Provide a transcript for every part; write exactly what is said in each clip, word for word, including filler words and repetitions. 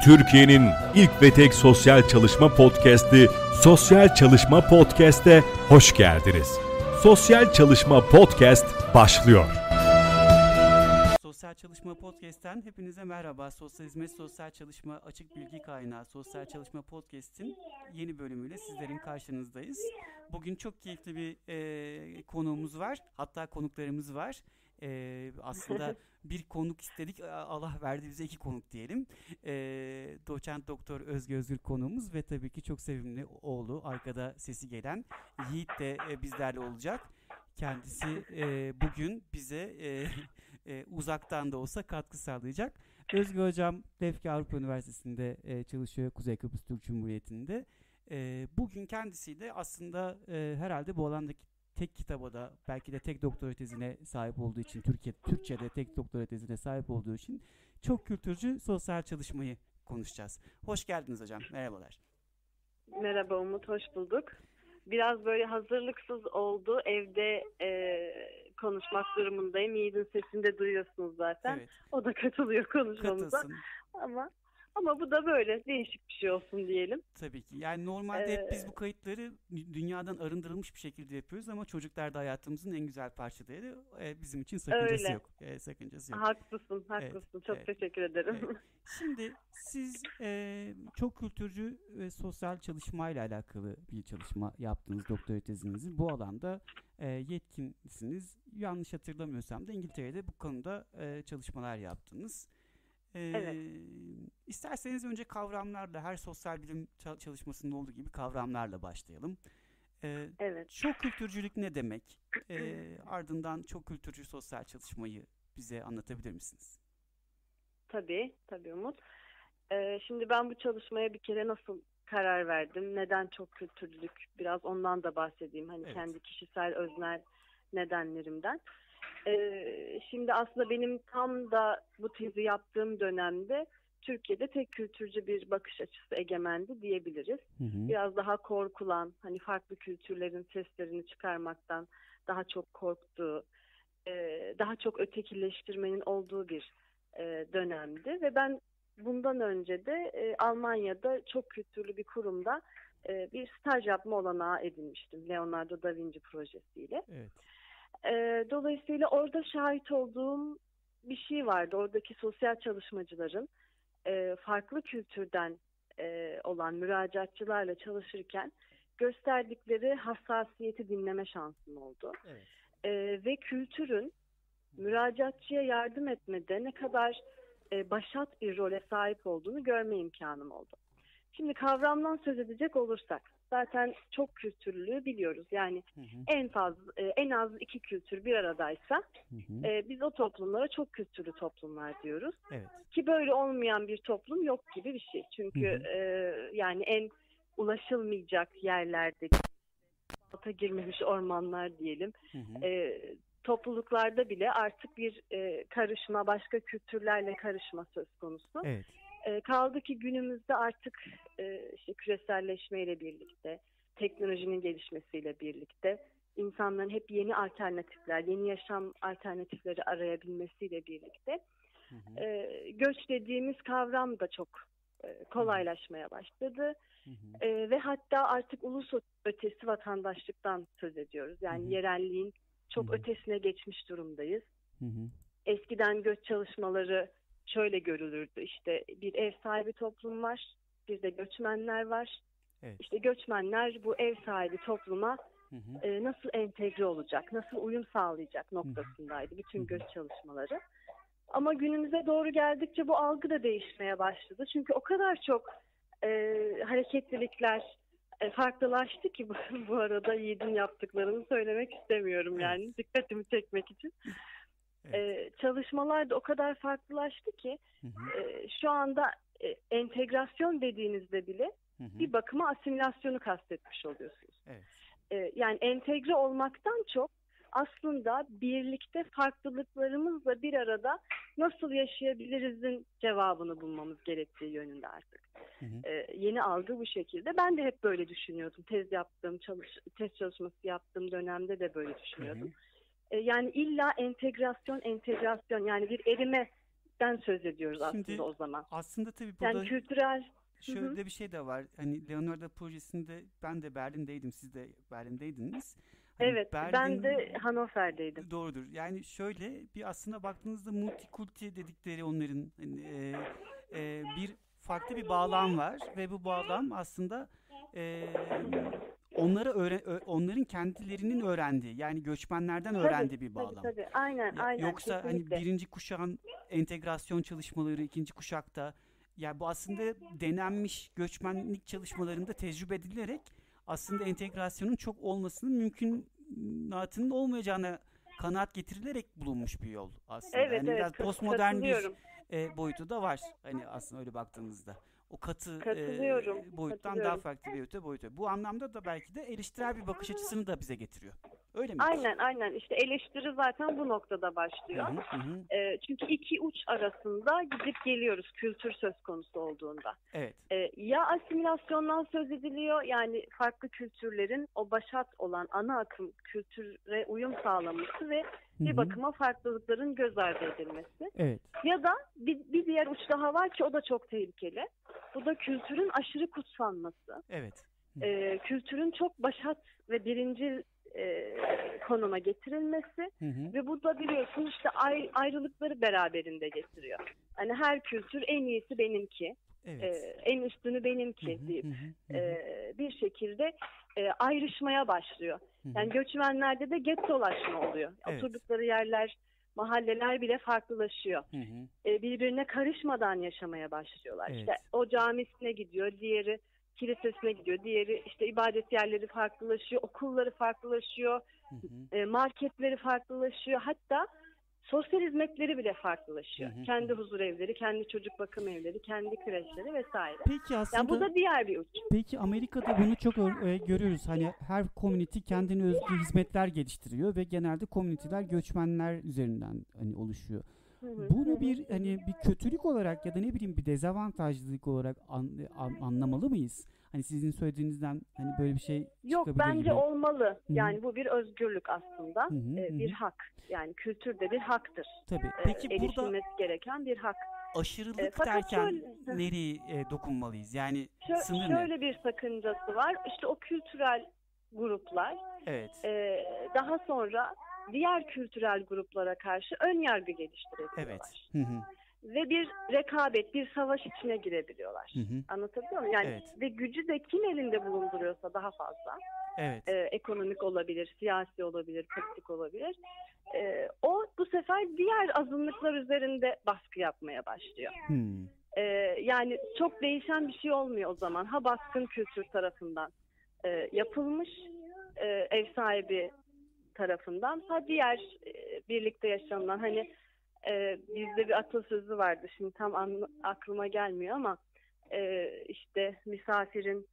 Türkiye'nin ilk ve tek sosyal çalışma podcast'i Sosyal Çalışma Podcast'e hoş geldiniz. Sosyal Çalışma Podcast başlıyor. Sosyal Çalışma Podcast'ten hepinize merhaba. Sosyal Hizmet, Sosyal Çalışma Açık Bilgi Kaynağı Sosyal Çalışma Podcast'in yeni bölümüyle sizlerin karşınızdayız. Bugün çok keyifli bir e, konuğumuz var. Hatta konuklarımız var. E, aslında bir konuk istedik. Allah verdi bize iki konuk diyelim. E, Doçent Doktor Özge Özgür konuğumuz ve tabii ki çok sevimli oğlu, arkada sesi gelen Yiğit de e, bizlerle olacak. Kendisi e, bugün bize e, e, uzaktan da olsa katkı sağlayacak. Özge Hocam Lefke Avrupa Üniversitesi'nde e, çalışıyor, Kuzey Kıbrıs Türk Cumhuriyeti'nde. E, bugün kendisiyle aslında e, herhalde bu alandaki tek kitaba da, belki de tek doktora tezine sahip olduğu için, Türkiye Türkçe'de tek doktora tezine sahip olduğu için çok kültürcü sosyal çalışmayı konuşacağız. Hoş geldiniz hocam. Merhabalar. Merhaba Umut, hoş bulduk. Biraz böyle hazırlıksız oldu. Evde e, konuşmak durumundayım. Yiğit'in sesini de duyuyorsunuz zaten. Evet. O da katılıyor konuşmamıza. Katılsın. Ama ama bu da böyle değişik bir şey olsun diyelim. Tabii ki. Yani normalde ee, hep biz bu kayıtları dünyadan arındırılmış bir şekilde yapıyoruz ama çocuklar da hayatımızın en güzel parçaları. E, bizim için sakıncası öyle. yok. E, sakıncası yok. Haklısın, haklısın. Evet, Çok evet, teşekkür ederim. Evet. Şimdi siz e, çok kültürcü ve sosyal çalışmayla alakalı bir çalışma yaptınız, doktora tezinizi. Bu alanda e, yetkinsiniz. Yanlış hatırlamıyorsam da İngiltere'de bu konuda e, çalışmalar yaptınız. Ee, evet. İsterseniz önce kavramlarla, her sosyal bilim çalışmasında olduğu gibi kavramlarla başlayalım. Ee, evet. Çok kültürcülük ne demek? Ee, ardından çok kültürcü sosyal çalışmayı bize anlatabilir misiniz? Tabii, tabii Umut. Ee, şimdi ben bu çalışmaya bir kere nasıl karar verdim? Neden çok kültürlülük? Biraz ondan da bahsedeyim. Hani evet. Kendi kişisel, öznel nedenlerimden. Ee, şimdi aslında benim tam da bu tezi yaptığım dönemde Türkiye'de tek kültürcü bir bakış açısı egemendi diyebiliriz. Hı hı. Biraz daha korkulan, hani farklı kültürlerin seslerini çıkarmaktan daha çok korktuğu, e, daha çok ötekileştirmenin olduğu bir e, dönemdi. Ve ben bundan önce de e, Almanya'da çok kültürlü bir kurumda e, bir staj yapma olanağı edinmiştim. Leonardo da Vinci projesiyle. Evet. E, dolayısıyla orada şahit olduğum bir şey vardı. Oradaki sosyal çalışmacıların e, farklı kültürden e, olan müracaatçılarla çalışırken gösterdikleri hassasiyeti dinleme şansım oldu. Evet. E, ve kültürün müracaatçıya yardım etmede ne kadar e, başat bir role sahip olduğunu görme imkanım oldu. Şimdi kavramdan söz edecek olursak, zaten çok kültürlülüğü biliyoruz. Yani hı hı. en fazla, en az iki kültür bir aradaysa hı hı. E, biz o toplumlara çok kültürlü toplumlar diyoruz. Evet. Ki böyle olmayan bir toplum yok gibi bir şey. Çünkü hı hı. E, yani en ulaşılmayacak yerlerde, alta girmemiş ormanlar diyelim, hı hı. E, topluluklarda bile artık bir e, karışma, başka kültürlerle karışma söz konusu. Evet. E, kaldı ki günümüzde artık e, işte küreselleşmeyle birlikte, teknolojinin gelişmesiyle birlikte insanların hep yeni alternatifler, yeni yaşam alternatifleri arayabilmesiyle birlikte hı hı. E, göç dediğimiz kavram da çok e, kolaylaşmaya başladı. Hı hı. E, ve hatta artık ulus ötesi vatandaşlıktan söz ediyoruz. Yani hı hı. yerelliğin çok hı hı. ötesine geçmiş durumdayız. Hı hı. Eskiden göç çalışmaları şöyle görülürdü. İşte bir ev sahibi toplum var, bir de göçmenler var. Evet. İşte göçmenler bu ev sahibi topluma hı hı. E, nasıl entegre olacak, nasıl uyum sağlayacak noktasındaydı bütün hı hı. göç çalışmaları. Ama günümüze doğru geldikçe bu algı da değişmeye başladı. Çünkü o kadar çok e, hareketlilikler e, farklılaştı ki bu, bu arada Yiğit'in yaptıklarını söylemek istemiyorum evet. yani dikkatimi çekmek için. Evet. Ee, çalışmalar da o kadar farklılaştı ki hı hı. E, şu anda e, entegrasyon dediğinizde bile hı hı. bir bakıma asimilasyonu kastetmiş oluyorsunuz. Evet. E, yani entegre olmaktan çok aslında birlikte farklılıklarımızla bir arada nasıl yaşayabilirizin cevabını bulmamız gerektiği yönünde artık. Hı hı. E, yeni algı bu şekilde. Ben de hep böyle düşünüyordum. Tez yaptığım, çalış, tez çalışması yaptığım dönemde de böyle düşünüyordum. Hı hı. Yani illa entegrasyon, entegrasyon yani bir erime kültürellikten söz ediyoruz Şimdi, aslında o zaman. Aslında tabii burada yani kültürel şöyle Hı-hı. bir şey de var. Hani Leonardo projesinde ben de Berlin'deydim, siz de Berlin'deydiniz. Hani evet, Berlin, ben de Hannover'deydim. Doğrudur. Yani şöyle bir aslında baktığınızda multikulti dedikleri onların hani, e, e, bir farklı bir bağlam var ve bu bağlam aslında e, onları öğren onların kendilerinin öğrendiği, yani göçmenlerden öğrendiği tabii, bir bağlam. Tabii tabii. Aynen aynen. Yoksa kesinlikle. hani birinci kuşağın entegrasyon çalışmaları, ikinci kuşakta ya bu aslında denenmiş göçmenlik çalışmalarında tecrübe edilerek aslında entegrasyonun çok olmasının mümkünatının olmayacağına kanaat getirilerek bulunmuş bir yol aslında. Evet, yani evet, biraz postmodern bir e, boyutu da var. Hani aslında öyle baktığınızda. O katı katılıyorum, e, boyuttan katılıyorum. daha farklı bir öte boyutu. Bu anlamda da belki de eleştirel bir bakış açısını da bize getiriyor. Öyle mi? Aynen aynen. İşte eleştiri zaten bu noktada başlıyor. Hı hı hı. E, çünkü iki uç arasında gidip geliyoruz kültür söz konusu olduğunda. Evet. E, ya asimilasyondan söz ediliyor, yani farklı kültürlerin o başat olan ana akım kültüre uyum sağlaması ve bir hı hı. bakıma farklılıkların göz ardı edilmesi. Evet. Ya da bir, bir diğer uç daha var ki o da çok tehlikeli. Bu da kültürün aşırı kutsanması. Evet. E, kültürün çok başat ve birincil e, konuma getirilmesi hı hı. ve bu da biliyorsun işte ay, ayrılıkları beraberinde getiriyor. Hani her kültür en iyisi benimki, evet. e, en üstünü benimki hı hı, deyip hı hı. E, bir şekilde e, ayrışmaya başlıyor. Hı hı. Yani göçmenlerde de gettolaşma oluyor. Evet. Oturdukları yerler, mahalleler bile farklılaşıyor. Hı hı. E, birbirine karışmadan yaşamaya başlıyorlar. Evet. İşte o camisine gidiyor, diğeri kilisesine gidiyor, diğeri işte ibadet yerleri farklılaşıyor, okulları farklılaşıyor, hı hı. E, marketleri farklılaşıyor, hatta sosyal hizmetleri bile farklılaşıyor. Hı hı. Kendi huzur evleri, kendi çocuk bakım evleri, kendi kreşleri vesaire. Peki aslında, yani bu da diğer bir uç. Peki Amerika'da bunu çok e, görüyoruz. Hani her community kendine özgü hizmetler geliştiriyor ve genelde community'ler göçmenler üzerinden hani oluşuyor. Hı hı. Bunu bir hani bir kötülük olarak ya da ne bileyim bir dezavantajlılık olarak an, an, anlamalı mıyız? Hani sizin söylediğinizden hani böyle bir şey yok bence gibi. olmalı. Hı-hı. Yani bu bir özgürlük aslında. Hı-hı. Ee, bir hak. Yani kültür de bir haktır. Tabii. Peki ee, burada erişilmesi gereken bir hak. Aşırılık ee, derken şöyle, nereye e, dokunmalıyız? Yani şö- sınır şöyle ne? bir sakıncası var. İşte o kültürel gruplar evet. e, daha sonra diğer kültürel gruplara karşı ön yargı geliştirebiliyorlar. Evet. Hı hı. Ve bir rekabet, bir savaş içine girebiliyorlar. Hı hı. Anlatabiliyor muyum? Yani evet. ve gücü de kim elinde bulunduruyorsa daha fazla. Evet. E, ekonomik olabilir, siyasi olabilir, politik olabilir. E, o bu sefer diğer azınlıklar üzerinde baskı yapmaya başlıyor. Hmm. E, yani çok değişen bir şey olmuyor o zaman. Ha baskın kültür tarafından e, yapılmış, e, ev sahibi tarafından, ha diğer e, birlikte yaşanılan, hani e, bizde bir atasözü vardı, şimdi tam an, aklıma gelmiyor ama e, işte misafirin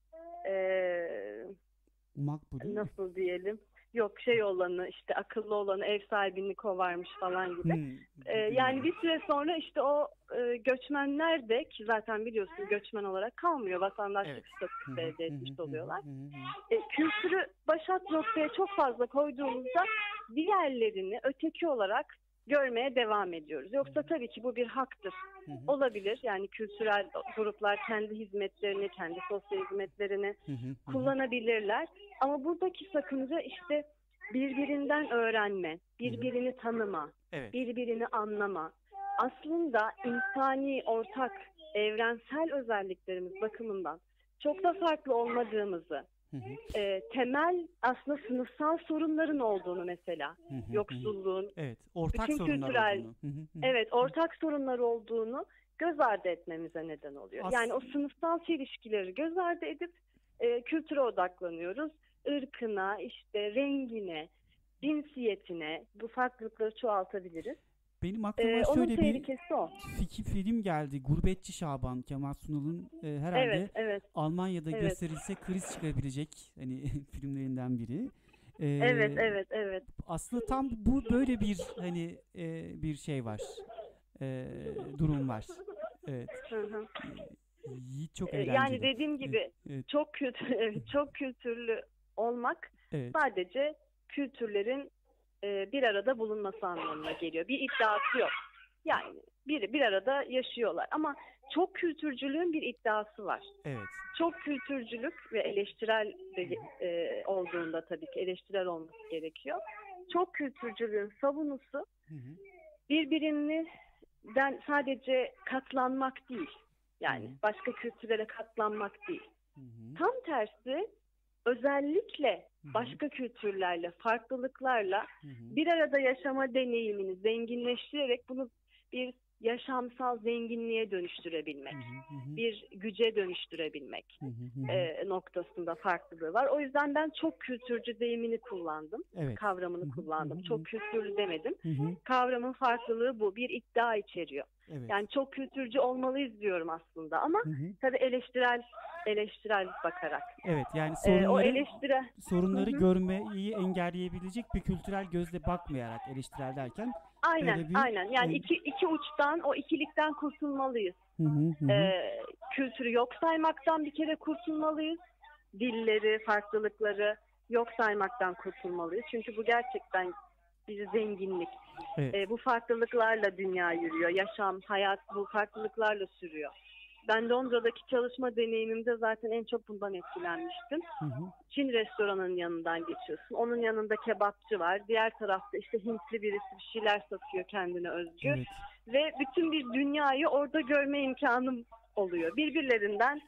e, makbul nasıl diyelim, yok şey olanı, işte akıllı olanı ev sahibini kovarmış falan gibi. Hmm. Ee, yani bir süre sonra işte o e, göçmenler de, ki zaten biliyorsun göçmen olarak kalmıyor, vatandaşlık evet. statüsü elde etmiş oluyorlar. E, kültürü başat noktaya çok fazla koyduğumuzda diğerlerini öteki olarak görmeye devam ediyoruz. Yoksa tabii ki bu bir haktır. Hı hı. Olabilir. Yani kültürel gruplar kendi hizmetlerini, kendi sosyal hizmetlerini hı hı. kullanabilirler. Ama buradaki sakınca işte birbirinden öğrenme, birbirini tanıma, evet. birbirini anlama. Aslında insani, ortak, evrensel özelliklerimiz bakımından çok da farklı olmadığımızı, Hı hı. E, temel aslında sınıfsal sorunların olduğunu mesela, hı hı, yoksulluğun, evet, ortak bütün kültürel, hı hı, hı. evet, ortak sorunlar olduğunu göz ardı etmemize neden oluyor. Aslında. Yani o sınıfsal çelişkileri göz ardı edip e, kültüre odaklanıyoruz. Irkına, işte rengine, cinsiyetine bu farklılıkları çoğaltabiliriz. Benim aklıma ee, şöyle bir o. fikir, film geldi. Gurbetçi Şaban, Kemal Sunal'ın e, herhalde evet, evet. Almanya'da evet. gösterilse kriz çıkabilecek hani filmlerinden biri. Ee, evet, evet, evet. Aslında tam bu böyle bir hani e, bir şey var. E, durum var. Evet. Hı hı. Yiğit çok eğlenceli. Yani dediğim gibi evet, evet. çok kültür, çok kültürlü olmak evet. sadece kültürlerin bir arada bulunması anlamına geliyor. Bir iddiası yok. Yani bir, bir arada yaşıyorlar. Ama çok kültürcülüğün bir iddiası var. Evet. Çok kültürcülük ve eleştirel de, e, olduğunda tabii ki eleştirel olması gerekiyor. Çok kültürcülüğün savunusu Hı hı. birbirinden sadece katlanmak değil. Yani Hı hı. başka kültürlere katlanmak değil. Hı hı. Tam tersi özellikle Hı hı. başka kültürlerle, farklılıklarla Hı hı. bir arada yaşama deneyimini zenginleştirerek bunu bir yaşamsal zenginliğe dönüştürebilmek, Hı hı. Hı hı. bir güce dönüştürebilmek Hı hı. Hı hı. e, noktasında farklılığı var. O yüzden ben çok kültürcü deyimini kullandım, Evet. kavramını Hı hı. kullandım. Hı hı. Çok kültürlü demedim. Hı hı. Kavramın farklılığı bu. Bir iddia içeriyor. Evet. Yani çok kültürcü olmalıyız diyorum aslında ama Hı hı. tabii eleştirel eleştirel bakarak. Evet, yani Ee, o sorunları eleştire sorunları Hı hı. görmeyi engelleyebilecek bir kültürel gözle bakmayarak eleştirel derken Aynen, böyle bir aynen. Yani e, iki iki uçtan, o ikilikten kurtulmalıyız. hı hı. Hı hı. Ee, kültürü yok saymaktan bir kere kurtulmalıyız. Dilleri, farklılıkları yok saymaktan kurtulmalıyız. Çünkü bu gerçekten bir zenginlik. Evet. Ee, bu farklılıklarla dünya yürüyor. Yaşam, hayat bu farklılıklarla sürüyor. Ben Londra'daki çalışma deneyimimde zaten en çok bundan etkilenmiştim. Hı hı. Çin restoranının yanından geçiyorsun. Onun yanında kebapçı var. Diğer tarafta işte Hintli birisi bir şeyler satıyor kendine özgü. Evet. Ve bütün bir dünyayı orada görme imkanım oluyor. Birbirlerinden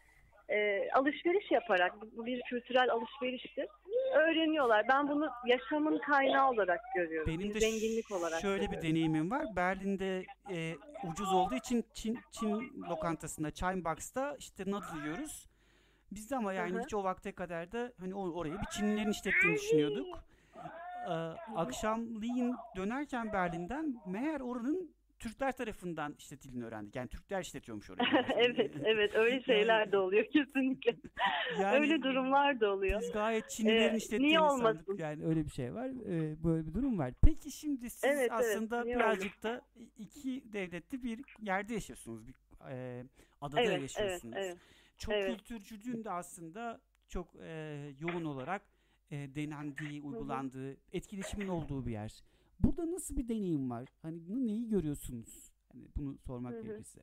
e, alışveriş yaparak, bu bir kültürel alışveriştir. Öğreniyorlar. Ben bunu yaşamın kaynağı olarak görüyorum. Benim Bir de zenginlik olarak şöyle bir görüyorum. deneyimim var. Berlin'de e, ucuz olduğu için Çin, Çin lokantasında, Chine Box'ta işte noodle yiyoruz. Biz de ama Hı yani hı. hiç o vakte kadar da hani o- orayı bir Çinlilerin işlettiğini düşünüyorduk. Ee, akşamleyin dönerken Berlin'den meğer oranın Türkler tarafından işletildiğini öğrendik. Yani Türkler işletiyormuş orayı. Evet, evet. Öyle Yani şeyler de oluyor kesinlikle. yani Öyle durumlar da oluyor. biz gayet Çinlilerin Ee, niye işlettiğini sandık. olmasın? Yani öyle bir şey var. Ee, böyle bir durum var. Peki şimdi siz Evet, evet. aslında Niye birazcık da iki devletli bir yerde yaşıyorsunuz. Bir e, adada Evet, evet, yaşıyorsunuz. evet. Çok Evet. kültürcülüğün de aslında çok e, yoğun olarak e, denendiği, Hı hı. uygulandığı, etkileşimin olduğu bir yer. Burada nasıl bir deneyim var? Hani bunu neyi görüyorsunuz? Hani bunu sormak Hı hı. gerekirse.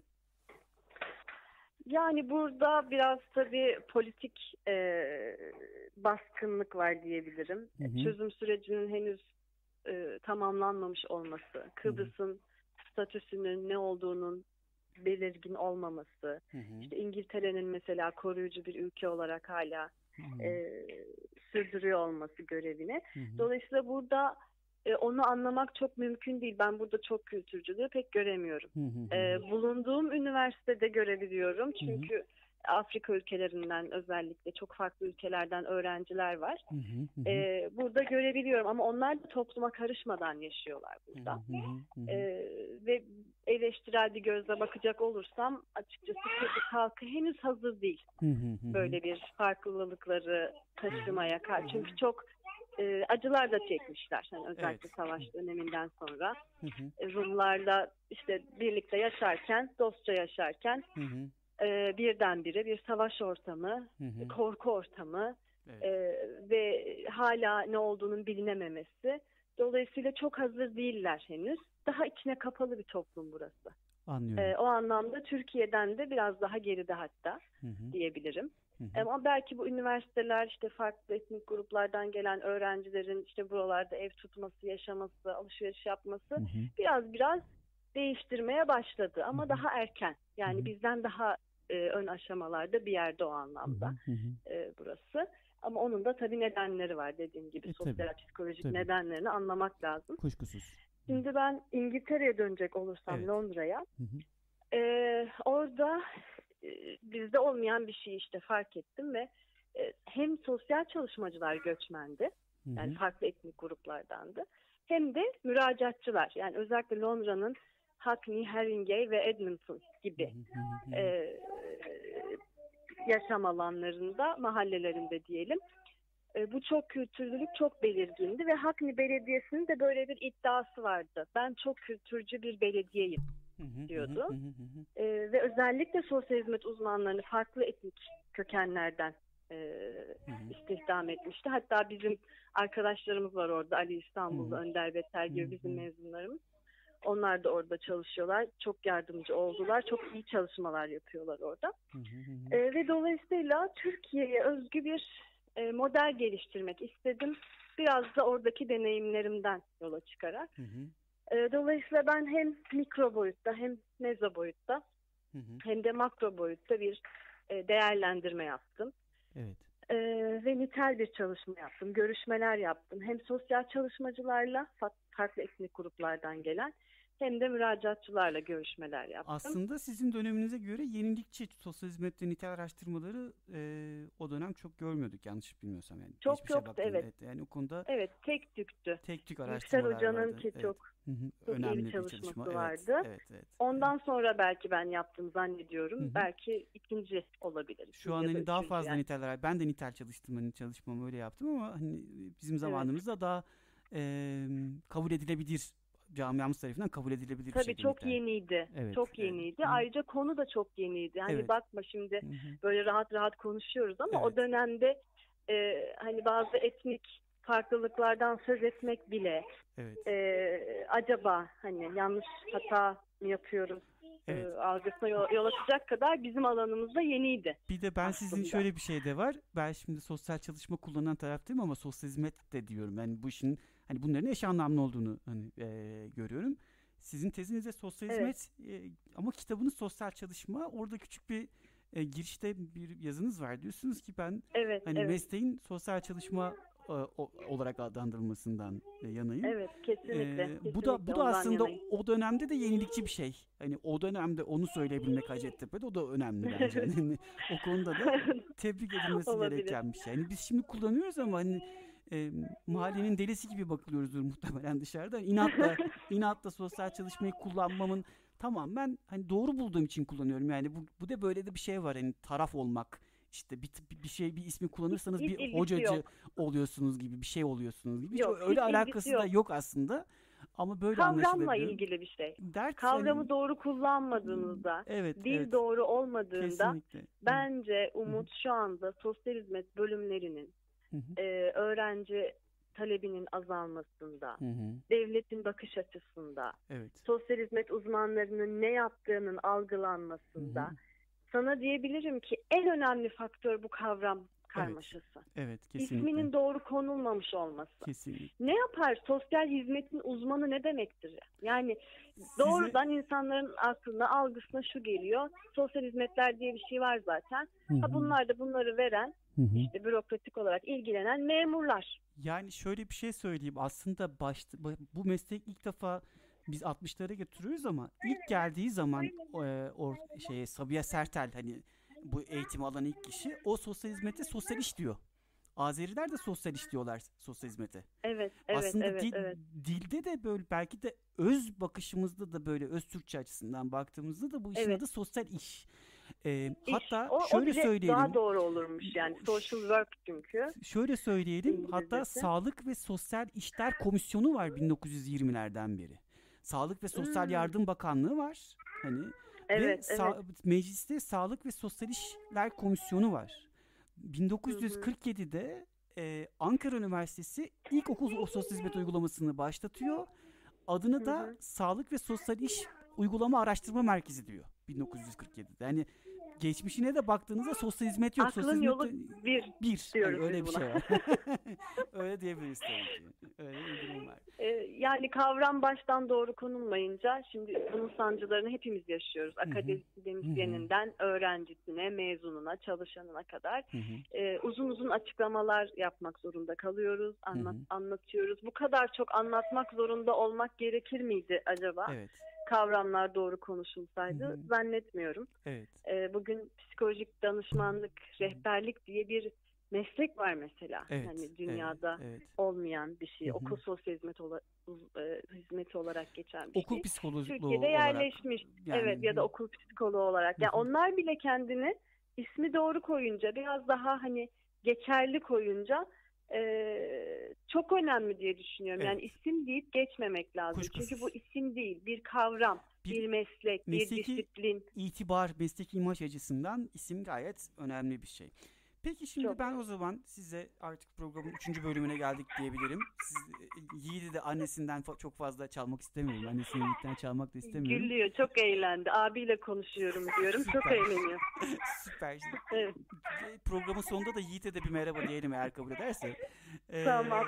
Yani burada biraz tabii politik e, baskınlık var diyebilirim. Hı hı. Çözüm sürecinin henüz e, tamamlanmamış olması, Kıbrıs'ın statüsünün ne olduğunun belirgin olmaması, Hı hı. işte İngiltere'nin mesela koruyucu bir ülke olarak hala Hı hı. e, sürdürüyor olması görevini. Hı hı. Dolayısıyla burada e, onu anlamak çok mümkün değil. Ben burada çok kültürcülüğü pek göremiyorum. Hı hı. E, bulunduğum üniversitede görebiliyorum. Hı hı. Çünkü Afrika ülkelerinden özellikle çok farklı ülkelerden öğrenciler var. Hı hı. Hı hı. E, burada görebiliyorum ama onlar da topluma karışmadan yaşıyorlar Hı burada. hı. Hı hı. E, ve eleştirel bir gözle bakacak olursam açıkçası Kıbrıs halkı henüz hazır değil Hı hı. Hı hı. böyle bir farklılıkları taşımaya karşı. Çünkü çok e, acılar da çekmişler. Yani özellikle Evet. savaş döneminden sonra Hı hı. e, Rumlarla işte birlikte yaşarken, dostça yaşarken Hı hı. e, birdenbire bir savaş ortamı, Hı hı. korku ortamı Evet. e, ve hala ne olduğunun bilinememesi. Dolayısıyla çok hazır değiller henüz. Daha içine kapalı bir toplum burası. Anlıyorum. E, o anlamda Türkiye'den de biraz daha geride hatta Hı hı. diyebilirim. Hı hı. Ama belki bu üniversiteler işte farklı etnik gruplardan gelen öğrencilerin işte buralarda ev tutması, yaşaması, alışveriş yapması Hı hı. biraz biraz değiştirmeye başladı ama Hı hı. daha erken. Yani Hı hı. bizden daha e, ön aşamalarda bir yerde o Hı hı. anlamda Hı hı. e, burası. Ama onun da tabii nedenleri var dediğim gibi E, sosyal tabii. psikolojik Tabii. nedenlerini anlamak lazım. Kuşkusuz. Hı. Şimdi ben İngiltere'ye dönecek olursam Evet. Londra'ya Hı hı. e, orada e, bizde olmayan bir şey işte fark ettim ve e, hem sosyal çalışmacılar göçmendi, Hı yani hı. farklı etnik gruplardandı, hem de müracaatçılar, yani özellikle Londra'nın Hackney, Haringey ve Edmonton Hı gibi hı. Hı hı. e, yaşam alanlarında, mahallelerinde diyelim. E, bu çok kültürlülük çok belirgindi ve Hackney Belediyesi'nin de böyle bir iddiası vardı. Ben çok kültürcü bir belediyeyim Hı hı. diyordu. Hı hı. Hı hı. Ee, ve özellikle sosyal hizmet uzmanlarını farklı etnik kökenlerden e, Hı hı. istihdam etmişti. Hatta bizim arkadaşlarımız var orada, Ali İstanbul'da, Hı hı. Önder Beter Hı gibi bizim hı. mezunlarımız. Onlar da orada çalışıyorlar. Çok yardımcı oldular. Çok iyi çalışmalar yapıyorlar orada. Hı hı hı. E, ve dolayısıyla Türkiye'ye özgü bir e, model geliştirmek istedim. Biraz da oradaki deneyimlerimden yola çıkarak. Hı hı. E, dolayısıyla ben hem mikro boyutta hem mezo boyutta Hı hı. hem de makro boyutta bir e, değerlendirme yaptım. Evet. E, ve nitel bir çalışma yaptım. Görüşmeler yaptım. Hem sosyal çalışmacılarla farklı etnik gruplardan gelen hem de müracaatçılarla görüşmeler yaptım. Aslında sizin döneminize göre yenilikçi sosyal hizmet ve nitel araştırmaları e, o dönem çok görmüyorduk yanlış bilmiyorsam. Yani Çok geçmişe yoktu, baktığımda. evet. Yani o konuda Evet, tek tüktü. tek tük Yüksel araştırmalar Hoca'nın vardı. ki Evet. çok, Hı hı. çok iyi Önemli bir bir çalışması çalışma. vardı. Evet, evet, evet. Ondan sonra belki ben yaptım zannediyorum. Hı hı. Belki ikinci olabilir. Şu an ya da hani daha üçüncü fazla yani. nitel ara- ben de nitel çalıştım, hani çalışmamı öyle yaptım ama hani bizim zamanımızda daha e, kabul edilebilir, camiamız tarafından kabul edilebilir bir Tabii şeydi çok nitel. yeniydi. Evet, Çok evet. yeniydi. Hı. Ayrıca konu da çok yeniydi. Hani Evet. bakma şimdi Hı hı. böyle rahat rahat konuşuyoruz ama Evet. o dönemde e, hani bazı etnik farklılıklardan söz etmek bile Evet. e, acaba hani yanlış hata mı yapıyoruz Evet. e, algısına yol, yol açacak kadar bizim alanımızda yeniydi. Bir de ben aslında. sizin şöyle bir şey de var. Ben şimdi sosyal çalışma kullanan taraftayım ama sosyal hizmet de diyorum. Yani bu işin hani bunların eş anlamlı olduğunu hani e, görüyorum. Sizin tezinizde sosyal Evet. hizmet e, ama kitabınız sosyal çalışma. Orada küçük bir e, girişte bir yazınız var. Diyorsunuz ki ben Evet, hani evet. mesleğin sosyal çalışma e, o, olarak adlandırılmasından e, yanayım. Evet, kesinlikle. Ee, kesinlikle bu da bu da ondan aslında yanayım. o dönemde de yenilikçi bir şey. Hani o dönemde onu söyleyebilmek Hacettepe'de o da önemli bence. Yani o konuda da tebrik edilmesi Olabilir. gereken bir şey. Yani biz şimdi kullanıyoruz ama hani e, mahallenin delisi gibi bakılıyoruzdur muhtemelen dışarıda. İnatla inatla sosyal çalışmayı kullanmamın tamam ben hani doğru bulduğum için kullanıyorum. Yani bu bu da böyle de bir şey var hani taraf olmak. İşte bir, bir şey bir ismi kullanırsanız Hiç bir ilgisi hocacı yok. oluyorsunuz gibi bir şey oluyorsunuz gibi. Hiç Yok, öyle hiç alakası ilgisi da yok. yok aslında. Ama böyle Kavramla anlaşılabiliyor. ilgili bir şey. Dert Kavramı hani, doğru kullanmadığınızda, evet dil evet doğru olmadığında kesinlikle. bence Hı hı. Umut şu anda sosyal hizmet bölümlerinin Hı hı. e, öğrenci talebinin azalmasında, Hı hı. devletin bakış açısında, Evet. sosyal hizmet uzmanlarının ne yaptığının Hı algılanmasında hı. sana diyebilirim ki en önemli faktör bu kavram karmaşası. Evet kesinlikle. İsminin doğru konulmamış olması. Kesinlikle. Ne yapar? Sosyal hizmetin uzmanı ne demektir? Yani Size- doğrudan insanların aklına, algısına şu geliyor. Sosyal hizmetler diye bir şey var zaten. Hı hı. Ha, bunlar da bunları veren, Hı hı. işte bürokratik olarak ilgilenen memurlar. Yani şöyle bir şey söyleyeyim. Aslında başta bu meslek ilk defa biz altmışlara getiriyoruz ama ilk geldiği zaman e, o şeye Sabiha Sertel hani bu eğitimi alan ilk kişi o sosyal hizmete sosyal iş diyor. Azeriler de sosyal iş diyorlar sosyal hizmete. Evet, evet, Aslında evet, dil, evet. dilde de böyle belki de öz bakışımızda da böyle öz Türkçe açısından baktığımızda da bu işin Evet. adı sosyal iş. Ee, İş. hatta O, o şöyle bile söyleyelim. daha doğru olurmuş yani. Social work çünkü. Şöyle söyleyelim. İngilizcesi. Hatta Sağlık ve Sosyal İşler Komisyonu var bin dokuz yüz yirmilerden beri. Sağlık ve Sosyal Hmm. Yardım Bakanlığı var. Hani Evet, ve sa- evet. mecliste Sağlık ve Sosyal İşler Komisyonu var. bin dokuz yüz kırk yedide e, Ankara Üniversitesi ilk okul sosyal hizmet uygulamasını başlatıyor. Adını Hı da hı. Sağlık ve Sosyal İş Uygulama Araştırma Merkezi diyor bin dokuz yüz kırk yedide. Yani geçmişine de baktığınızda sosyal hizmet yok. Aklın sosyal yolu hizmet bir bir. diyoruz Hani öyle biz bir buna. şey var. Öyle diyebiliriz tabii ki. Öyle bir durum var. Ee, yani kavram baştan doğru konulmayınca şimdi bunun sancılarını hepimiz yaşıyoruz. Hı hı. Akademisyeninden öğrencisine, mezununa, çalışanına kadar Hı hı. Ee, uzun uzun açıklamalar yapmak zorunda kalıyoruz, anlat, Hı hı. anlatıyoruz. Bu kadar çok anlatmak zorunda olmak gerekir miydi acaba? Evet. Kavramlar doğru konuşulsaydı Hı hı. zannetmiyorum. Evet. Ee, bugün psikolojik danışmanlık, rehberlik diye bir meslek var mesela. Evet. Yani dünyada Evet. evet. olmayan bir şey. Hı hı. Okul sosyal hizmet ola, uz- e, hizmeti olarak geçen bir Okul şey. psikolojikliği Türkiye'de olarak. yerleşmiş. Yani, Evet, ya da okul psikoloğu olarak. Hı Yani hı. onlar bile kendini ismi doğru koyunca, biraz daha hani geçerli koyunca e, çok önemli diye düşünüyorum. Evet. Yani isim deyip geçmemek lazım. Kuşkusuz. Çünkü bu isim değil, bir kavram, Bir bir, meslek, bir mesleki disiplin. itibar, mesleki imaj açısından isim gayet önemli bir şey. Peki şimdi Çok. ben o zaman size artık programın üçüncü bölümüne geldik diyebilirim. Siz, Yiğit'i de annesinden fa- çok fazla çalmak istemiyorum. Annesini Yiğit'ten çalmak da istemiyorum. Gülüyor, çok eğlendi. Abiyle konuşuyorum diyorum, çok Süper. eğleniyor. Süper. Evet. Programın sonunda da Yiğit'e de bir merhaba diyelim eğer kabul ederse. Ee, Tamam.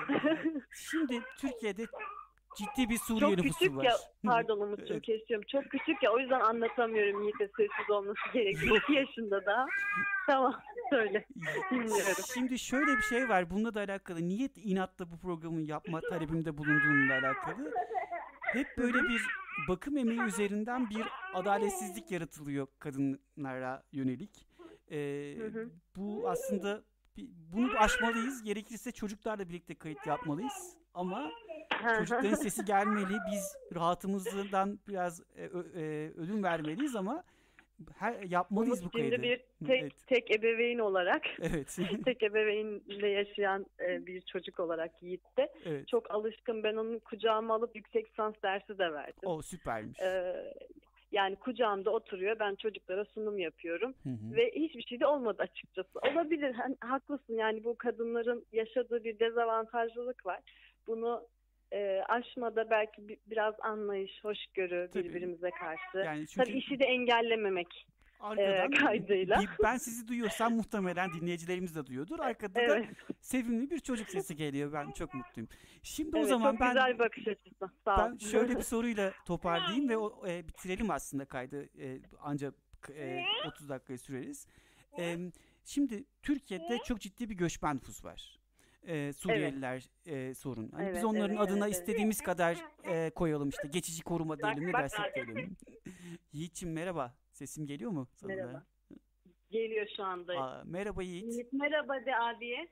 Şimdi Türkiye'de ciddi bir Suriye Çok nüfusu küçük var. ya, pardon Umut'cum Evet. kesiyorum. Çok küçük ya, o yüzden anlatamıyorum, Yiğit'e sessiz olması gerekiyor. iki yaşında daha. Tamam, söyle. Dinliyorum. Şimdi şöyle bir şey var. Bununla da alakalı. Niye inatla bu programı yapma talebimde bulunduğumla alakalı. Hep böyle bir bakım emeği üzerinden bir adaletsizlik yaratılıyor kadınlara yönelik. Ee, Hı hı. Bu aslında bir- bunu aşmalıyız. Gerekirse çocuklarla birlikte kayıt yapmalıyız. Ama çocukların sesi gelmeli. Biz rahatımızdan biraz e, ö- e, ödün vermeliyiz ama her, yapmalıyız Umut bu şimdi kaydı. bir tek, Evet. tek ebeveyn olarak, Evet. tek ebeveynle yaşayan e, bir çocuk olarak Yiğit de Evet. çok alışkın. Ben onu kucağıma alıp yüksek lisans dersi de verdim. O süpermiş. Ee, yani kucağımda oturuyor, ben çocuklara sunum yapıyorum Hı hı. ve hiçbir şey de olmadı açıkçası. Olabilir, hani, haklısın, yani bu kadınların yaşadığı bir dezavantajlılık var. Bunu e, aşmada belki bi- biraz anlayış, hoşgörü Tabii. birbirimize karşı. Yani çünkü Tabii işi de engellememek. arkadan e, kaydıyla. bir- ben sizi duyuyorsam muhtemelen dinleyicilerimiz de duyuyordur. Arkada da Evet, sevimli bir çocuk sesi geliyor. Ben çok mutluyum. Şimdi o evet, zaman çok ben güzel bir bakış açısı. Sağ ol. ben şöyle bir soruyla toparlayayım ve o, e, bitirelim aslında kaydı. E, ancak e, otuz dakikaya süreriz. E, şimdi Türkiye'de çok ciddi bir göçmen nüfus var. E, Suriyeliler e, sorun. Hani biz Evet, onların evet, adına evet, evet. istediğimiz kadar e, koyalım işte. Geçici koruma diyelim, ne bak, dersek bak. diyelim. Yiğit'ciğim merhaba. Sesim geliyor mu sana da? Merhaba. Geliyor şu anda. Aa, merhaba Yiğit. Yiğit, merhaba de abiye.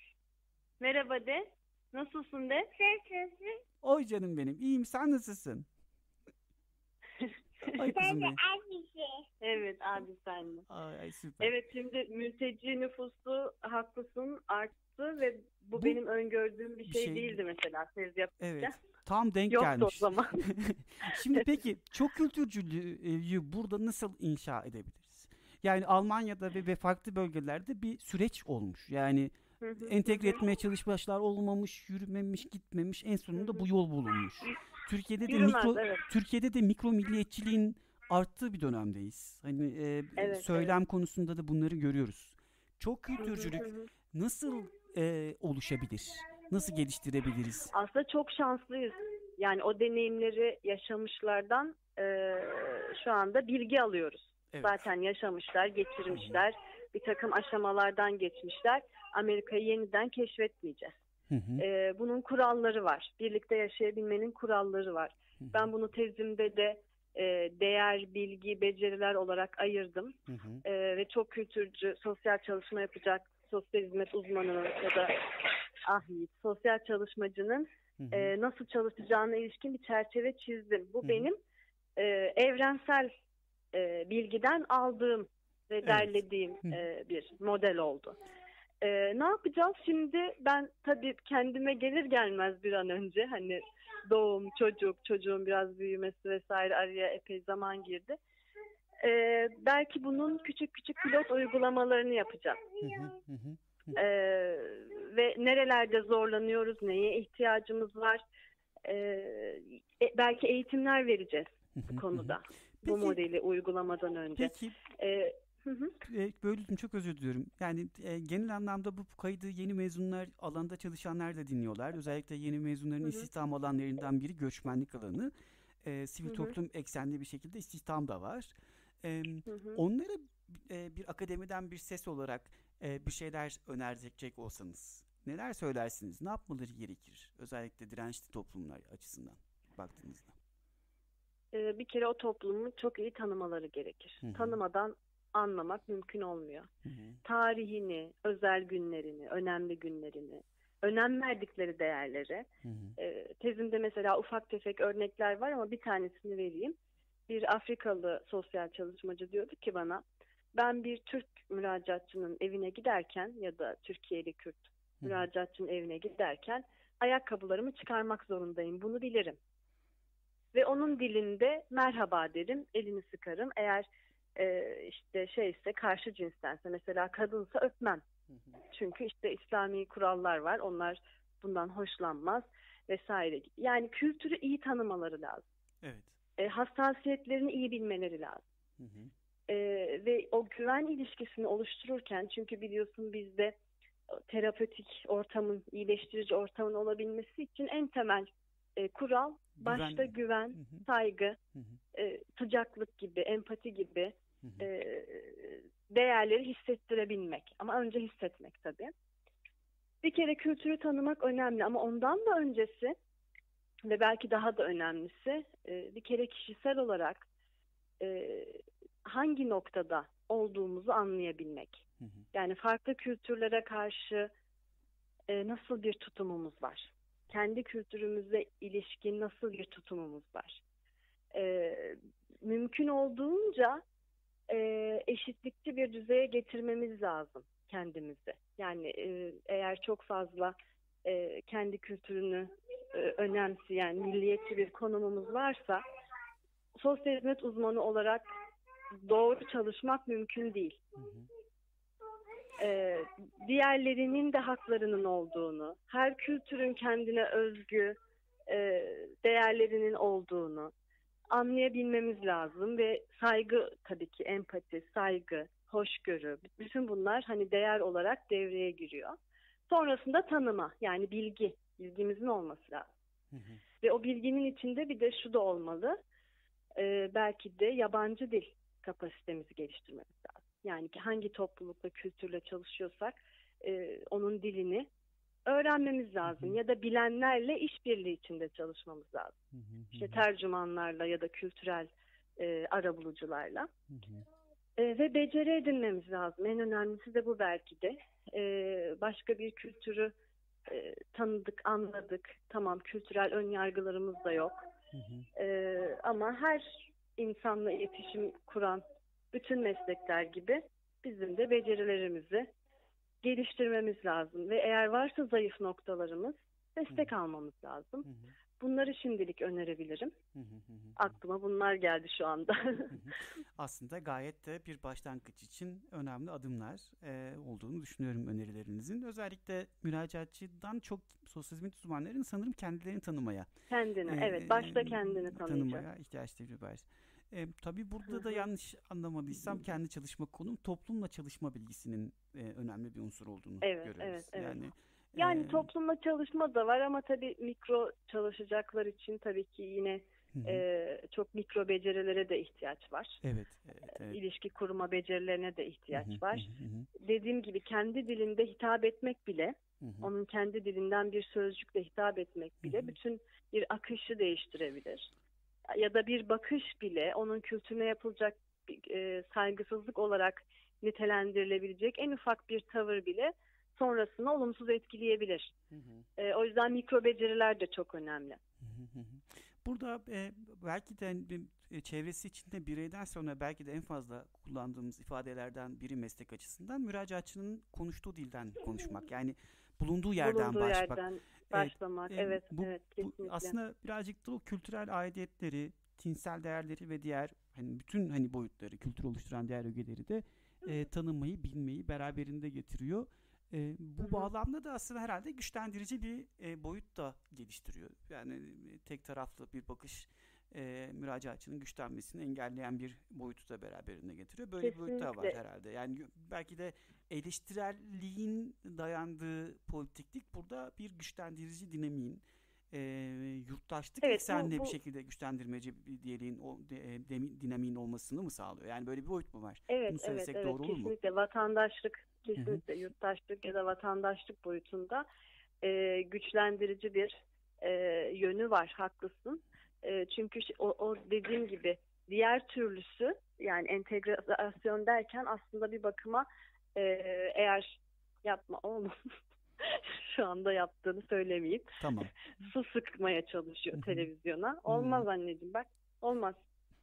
Merhaba de. Nasılsın de. Oy canım benim. İyiyim. Sen nasılsın? Ay kızım benim. Evet abi sen de. Ay, ay süper. Evet, şimdi mülteci nüfusu haklısın arttı ve bu, Bu benim öngördüğüm bir bir şey, şey- değildi mesela tez yapınca. Evet. Tam denk Yoktu gelmiş. o zaman. Şimdi peki çok kültürcülüğü burada nasıl inşa edebiliriz? Yani Almanya'da ve, ve farklı bölgelerde bir süreç olmuş. Yani Hı hı, entegre hı hı. etmeye çalışmalar olmamış, yürümemiş, gitmemiş. En sonunda Hı hı. bu yol bulunmuş. Türkiye'de de Yürümez, mikro evet. Türkiye'de de mikro milliyetçiliğin arttığı bir dönemdeyiz. Hani e, Evet, söylem konusunda da bunları görüyoruz. Çok Hı hı, kültürcülük hı hı. nasıl e, oluşabilir? Nasıl geliştirebiliriz? Aslında çok şanslıyız. Yani o deneyimleri yaşamışlardan e, şu anda bilgi alıyoruz. Evet. Zaten yaşamışlar, geçirmişler, bir takım aşamalardan geçmişler. Amerika'yı yeniden keşfetmeyeceğiz. Hı hı. E, bunun kuralları var. Birlikte yaşayabilmenin kuralları var. Hı hı. Ben bunu tezimde de e, değer, bilgi, beceriler olarak ayırdım. Hı hı. E, ve çok kültürcü, sosyal çalışma yapacak sosyal hizmet uzmanının ya da ah Yiğit, sosyal çalışmacının Hı hı. e, nasıl çalışacağına ilişkin bir çerçeve çizdim. Bu Hı hı. benim e, evrensel e, bilgiden aldığım ve Evet. derlediğim Hı hı. e, bir model oldu. E, ne yapacağız şimdi? Ben tabii kendime gelir gelmez bir an önce hani doğum, çocuk, çocuğun biraz büyümesi vesaire araya epey zaman girdi. E, belki bunun küçük küçük pilot uygulamalarını yapacağım. Hı hı. Hı hı. Ee, ve nerelerde zorlanıyoruz, neye ihtiyacımız var, ee, e, belki eğitimler vereceğiz Hı hı. bu konuda, Peki- bu modeli uygulamadan önce. Peki Ee, hı hı. e, böldüm, çok özür diliyorum. Yani e, genel anlamda bu kaydı yeni mezunlar, alanda çalışanlar da dinliyorlar. Özellikle yeni mezunların Hı hı. istihdam alanlarından biri göçmenlik alanı. E, sivil Hı hı. toplum eksenli bir şekilde istihdam da var. E, Hı hı. Onlara e, bir akademiden bir ses olarak e, bir şeyler önerecek olsanız neler söylersiniz? Ne yapmaları gerekir? Özellikle dirençli toplumlar açısından baktığınızda. Ee, bir kere o toplumu çok iyi tanımaları gerekir. Hı hı. Tanımadan anlamak mümkün olmuyor. Hı hı. Tarihini, özel günlerini, önemli günlerini, önem verdikleri değerleri. Hı hı. E, tezimde mesela ufak tefek örnekler var ama bir tanesini vereyim. Bir Afrikalı sosyal çalışmacı diyordu ki bana, ben bir Türk müracaatçının evine giderken ya da Türkiye'li Kürt Hı hı. müracaatçının evine giderken ayakkabılarımı çıkarmak zorundayım. Bunu bilirim. Ve onun dilinde merhaba derim, elini sıkarım. Eğer e, işte şeyse, karşı cinstense, mesela kadınsa öpmem. Hı hı. Çünkü işte İslami kurallar var. Onlar bundan hoşlanmaz vesaire. Yani kültürü iyi tanımaları lazım. Evet. E, hassasiyetlerini iyi bilmeleri lazım. Hı hı. E, ve o güven ilişkisini oluştururken, çünkü biliyorsun bizde terapötik ortamın, iyileştirici ortamın olabilmesi için en temel e, kural Güven. başta güven, Hı hı. saygı, Hı hı. e, sıcaklık gibi, empati gibi Hı hı. e, değerleri hissettirebilmek. Ama önce hissetmek tabii. Bir kere kültürü tanımak önemli, ama ondan da öncesi ve belki daha da önemlisi, e, bir kere kişisel olarak e, hangi noktada olduğumuzu anlayabilmek. Hı hı. Yani farklı kültürlere karşı e, nasıl bir tutumumuz var? Kendi kültürümüze ilişkin nasıl bir tutumumuz var? E, mümkün olduğunca e, eşitlikçi bir düzeye getirmemiz lazım kendimizi. Yani e, eğer çok fazla e, kendi kültürünü e, önemseyen, milliyetçi bir konumumuz varsa, sosyal hizmet uzmanı olarak doğru çalışmak mümkün değil. Hı hı. Ee, diğerlerinin de haklarının olduğunu, her kültürün kendine özgü e, değerlerinin olduğunu anlayabilmemiz lazım ve saygı, tabii ki empati, saygı, hoşgörü, bütün bunlar hani değer olarak devreye giriyor. Sonrasında tanıma, yani bilgi, bilgimizin olması lazım. Hı hı. Ve o bilginin içinde bir de şu da olmalı, e, belki de yabancı dil kapasitemizi geliştirmemiz lazım. Yani hangi toplulukla, kültürle çalışıyorsak e, onun dilini öğrenmemiz lazım. Hı hı. Ya da bilenlerle işbirliği içinde çalışmamız lazım. Hı hı. Hı İşte hı. tercümanlarla ya da kültürel e, arabulucularla. Hı hı. E, ve beceri edinmemiz lazım. En önemlisi de bu belki de. E, başka bir kültürü e, tanıdık, anladık. Tamam, kültürel ön yargılarımız da yok. Hı hı. E, ama her insanla iletişim kuran bütün meslekler gibi bizim de becerilerimizi geliştirmemiz lazım. Ve eğer varsa zayıf noktalarımız, destek Hı hı. almamız lazım. Hı hı. Bunları şimdilik önerebilirim. Hı hı. Hı hı. Aklıma bunlar geldi şu anda. Hı hı. Aslında gayet de bir başlangıç için önemli adımlar e, olduğunu düşünüyorum önerilerinizin. Özellikle müracaatçıdan çok sosyal hizmet uzmanlarının sanırım kendilerini tanımaya Kendini, e, evet, başta kendini tanıyacak. tanımaya ihtiyaçları var. E, tabii burada Hı da hı. yanlış anlamadıysam kendi çalışma konum toplumla çalışma bilgisinin e, önemli bir unsur olduğunu Evet, görüyoruz. evet, evet. Yani Yani e, toplumla çalışma da var, ama tabii mikro çalışacaklar için tabii ki yine hı hı. e, çok mikro becerilere de ihtiyaç var. Evet, evet, evet. İlişki kurma becerilerine de Hı hı. ihtiyaç Hı var. hı. Hı hı. Dediğim gibi kendi dilinde hitap etmek bile, Hı hı. onun kendi dilinden bir sözcükle hitap etmek Hı bile hı. bütün bir akışı değiştirebilir. Ya da bir bakış bile onun kültürüne yapılacak bir, e, saygısızlık olarak nitelendirilebilecek en ufak bir tavır bile sonrasını olumsuz etkileyebilir. Hı hı. E, o yüzden mikro beceriler de çok önemli. Hı hı hı. Burada e, belki de hani bir, e, çevresi içinde bireyden sonra belki de en fazla kullandığımız ifadelerden biri meslek açısından müracaatçının konuştuğu dilden konuşmak. Yani bulunduğu yerden Bulunduğu başlamak. yerden Evet, başlamak, e, evet, bu, evet, bu kesinlikle. aslında birazcık da o kültürel aidiyetleri, tinsel değerleri ve diğer hani bütün hani boyutları, kültür oluşturan diğer ögeleri de e, tanımayı, bilmeyi beraberinde getiriyor. E, bu Hı hı. bağlamda da aslında herhalde güçlendirici bir e, boyut da geliştiriyor. Yani e, tek taraflı bir bakış e, müracaatçının güçlenmesini engelleyen bir boyutu da beraberinde getiriyor. Böyle bir boyut da var Kesinlikle. herhalde. Yani gö- belki de eleştirelliğin dayandığı politiklik burada bir güçlendirici dinamiğin, e, yurttaşlık Evet, bu eksenli bir bu şekilde güçlendirmeci bir diyaliğin, o de, e, demi- dinamiğin olmasını mı sağlıyor? Yani böyle bir boyut mu var? evet, Bunu evet, söylesek evet, doğru olur mu? kesinlikle vatandaşlık, Hı hı. kesinlikle yurttaşlık ya da vatandaşlık boyutunda e, güçlendirici bir e, yönü var, haklısın. E, çünkü şi- o, o dediğim gibi diğer türlüsü, yani entegrasyon derken aslında bir bakıma e, eğer yapma oğlum şu anda yaptığını söylemeyeyim. Tamam. Su sıkmaya çalışıyor Hı hı. televizyona. Hı Olmaz hı. anneciğim, bak olmaz.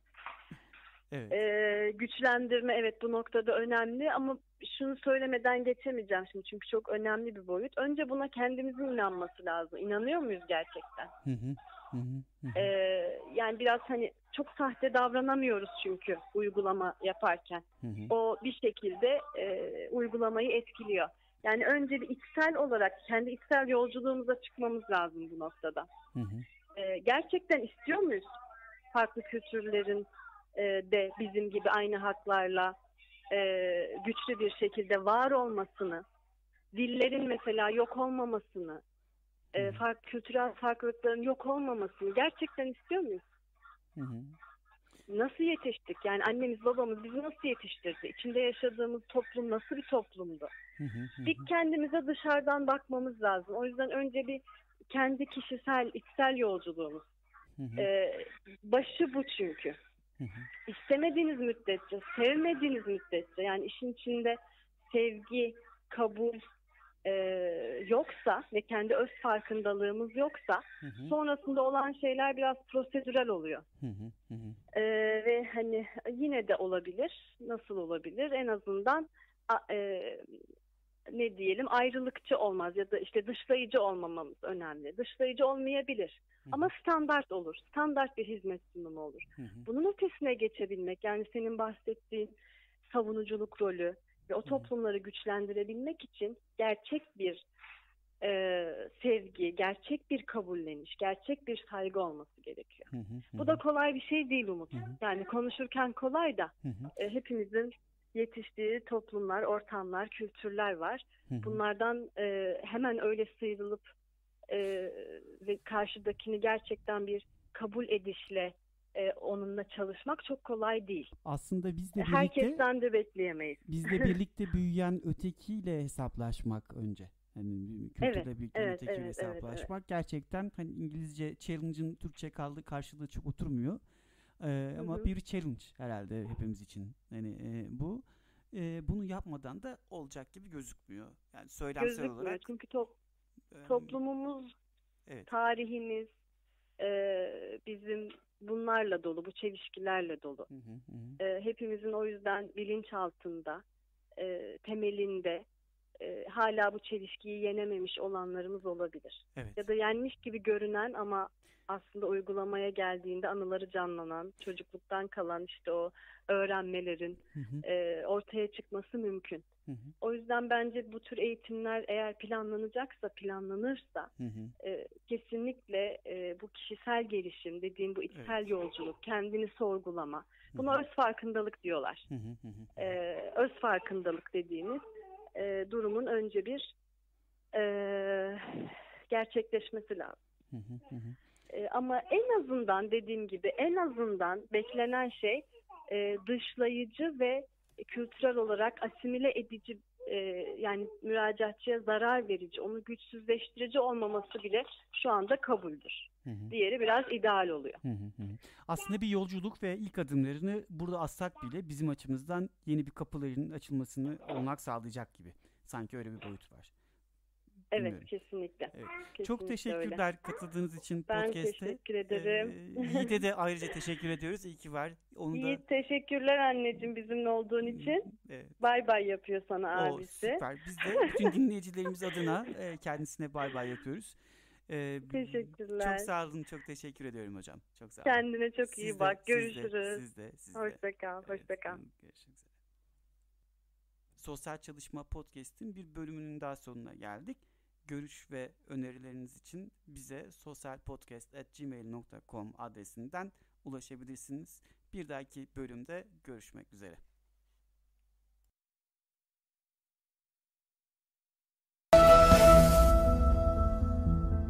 Evet. Ee, güçlendirme evet bu noktada önemli, ama şunu söylemeden geçemeyeceğim şimdi, çünkü çok önemli bir boyut. Önce buna kendimizin inanması lazım. İnanıyor muyuz gerçekten? Hı hı. Hı hı. Hı hı. Ee, yani biraz hani çok sahte davranamıyoruz çünkü uygulama yaparken. Hı hı. O bir şekilde e, uygulamayı etkiliyor. Yani önce bir içsel olarak kendi içsel yolculuğumuza çıkmamız lazım bu noktada. Hı hı. Ee, gerçekten istiyor muyuz farklı kültürlerin e, de bizim gibi aynı haklarla e, güçlü bir şekilde var olmasını, dillerin mesela yok olmamasını, e, farklı kültürel farklılıkların yok olmamasını gerçekten istiyor muyuz? Hı hı. Nasıl yetiştik? Yani annemiz babamız bizi nasıl yetiştirdi? İçinde yaşadığımız toplum nasıl bir toplumdu? Hı hı hı. Bir kendimize dışarıdan bakmamız lazım. O yüzden önce bir kendi kişisel, içsel yolculuğumuz. Hı hı. Ee, başı bu çünkü. Hı hı. İstemediğiniz müddetçe, sevmediğiniz müddetçe, yani işin içinde sevgi, kabul e, yoksa ve kendi öz farkındalığımız yoksa Hı hı. sonrasında olan şeyler biraz prosedürel oluyor. Hı hı. Hı hı. Ee, ve hani yine de olabilir. Nasıl olabilir? En azından a, e, ne diyelim ayrılıkçı olmaz ya da işte dışlayıcı olmamamız önemli. Dışlayıcı olmayabilir. Hı hı. Ama standart olur. Standart bir hizmet sunumu olur. Hı hı. Bunun ötesine geçebilmek, yani senin bahsettiğin savunuculuk rolü ve o toplumları güçlendirebilmek için gerçek bir e, sevgi, gerçek bir kabulleniş, gerçek bir saygı olması gerekiyor. Hı hı. Hı Bu da kolay bir şey değil Umut. Hı hı. Yani konuşurken kolay da Hı hı. e, hepimizin yetiştiği toplumlar, ortamlar, kültürler var. Hı hı. Bunlardan e, hemen öyle sıyrılıp e, ve karşıdakini gerçekten bir kabul edişle e, onunla çalışmak çok kolay değil. Aslında biz de birlikte Herkesten de bekleyemeyiz. biz de birlikte büyüyen ötekiyle hesaplaşmak önce. Hani kültürle Evet, büyüyen evet, ötekiyle evet, evet, hesaplaşmak gerçekten hani İngilizce challenge'ın Türkçe kaldığı karşılığı çok oturmuyor. Ee, Hı ama hı. bir challenge herhalde hepimiz için. Yani e, bu e, bunu yapmadan da olacak gibi gözükmüyor. Yani söylemsel Gözükmüyor. olarak Çünkü top, e, toplumumuz, evet. tarihimiz e, bizim bunlarla dolu, bu çelişkilerle dolu. Hı hı hı. E, hepimizin o yüzden bilinçaltında, e, temelinde e, hala bu çelişkiyi yenememiş olanlarımız olabilir. Evet. Ya da yenmiş gibi görünen ama aslında uygulamaya geldiğinde anıları canlanan, çocukluktan kalan işte o öğrenmelerin Hı hı. e, ortaya çıkması mümkün. Hı hı. O yüzden bence bu tür eğitimler eğer planlanacaksa, planlanırsa Hı hı. e, kesinlikle e, bu kişisel gelişim, dediğim bu içsel Evet. yolculuk, kendini sorgulama. Hı Buna hı. öz farkındalık diyorlar. Hı hı hı hı. E, öz farkındalık dediğimiz e, durumun önce bir e, gerçekleşmesi lazım. Hı hı hı hı. E, ama en azından dediğim gibi en azından beklenen şey e, dışlayıcı ve kültürel olarak asimile edici, e, yani müracaatçıya zarar verici, onu güçsüzleştirici olmaması bile şu anda kabuldür. Hı hı. Diğeri biraz ideal oluyor. Hı hı hı. Aslında bir yolculuk ve ilk adımlarını burada atsak bile bizim açımızdan yeni bir kapıların açılmasını olanak sağlayacak gibi. Sanki öyle bir boyut var. Evet, Bilmiyorum. kesinlikle. Evet. Kesinlikle Çok öyle. teşekkürler katıldığınız için Ben podcast'te. teşekkür ederim. Ee, Yiğit'e de ayrıca teşekkür ediyoruz. İyi ki var. Onu da Yiğit, teşekkürler anneciğim bizimle olduğun için. evet. Bay bay yapıyor sana O abisi. süper. Biz de bütün dinleyicilerimiz adına e, kendisine bay bay yapıyoruz. Ee, Teşekkürler. Çok sağ olun. Çok teşekkür ediyorum hocam. Çok sağ olun. Kendine çok Siz iyi de, bak. siz de, Görüşürüz. Siz de, siz de. Hoşça kal. Evet, Hoşça kal. görüşmek üzere. Sosyal Çalışma Podcast'in bir bölümünün daha sonuna geldik. Görüş ve önerileriniz için bize sosyalpodcast at gmail nokta com adresinden ulaşabilirsiniz. Bir dahaki bölümde görüşmek üzere.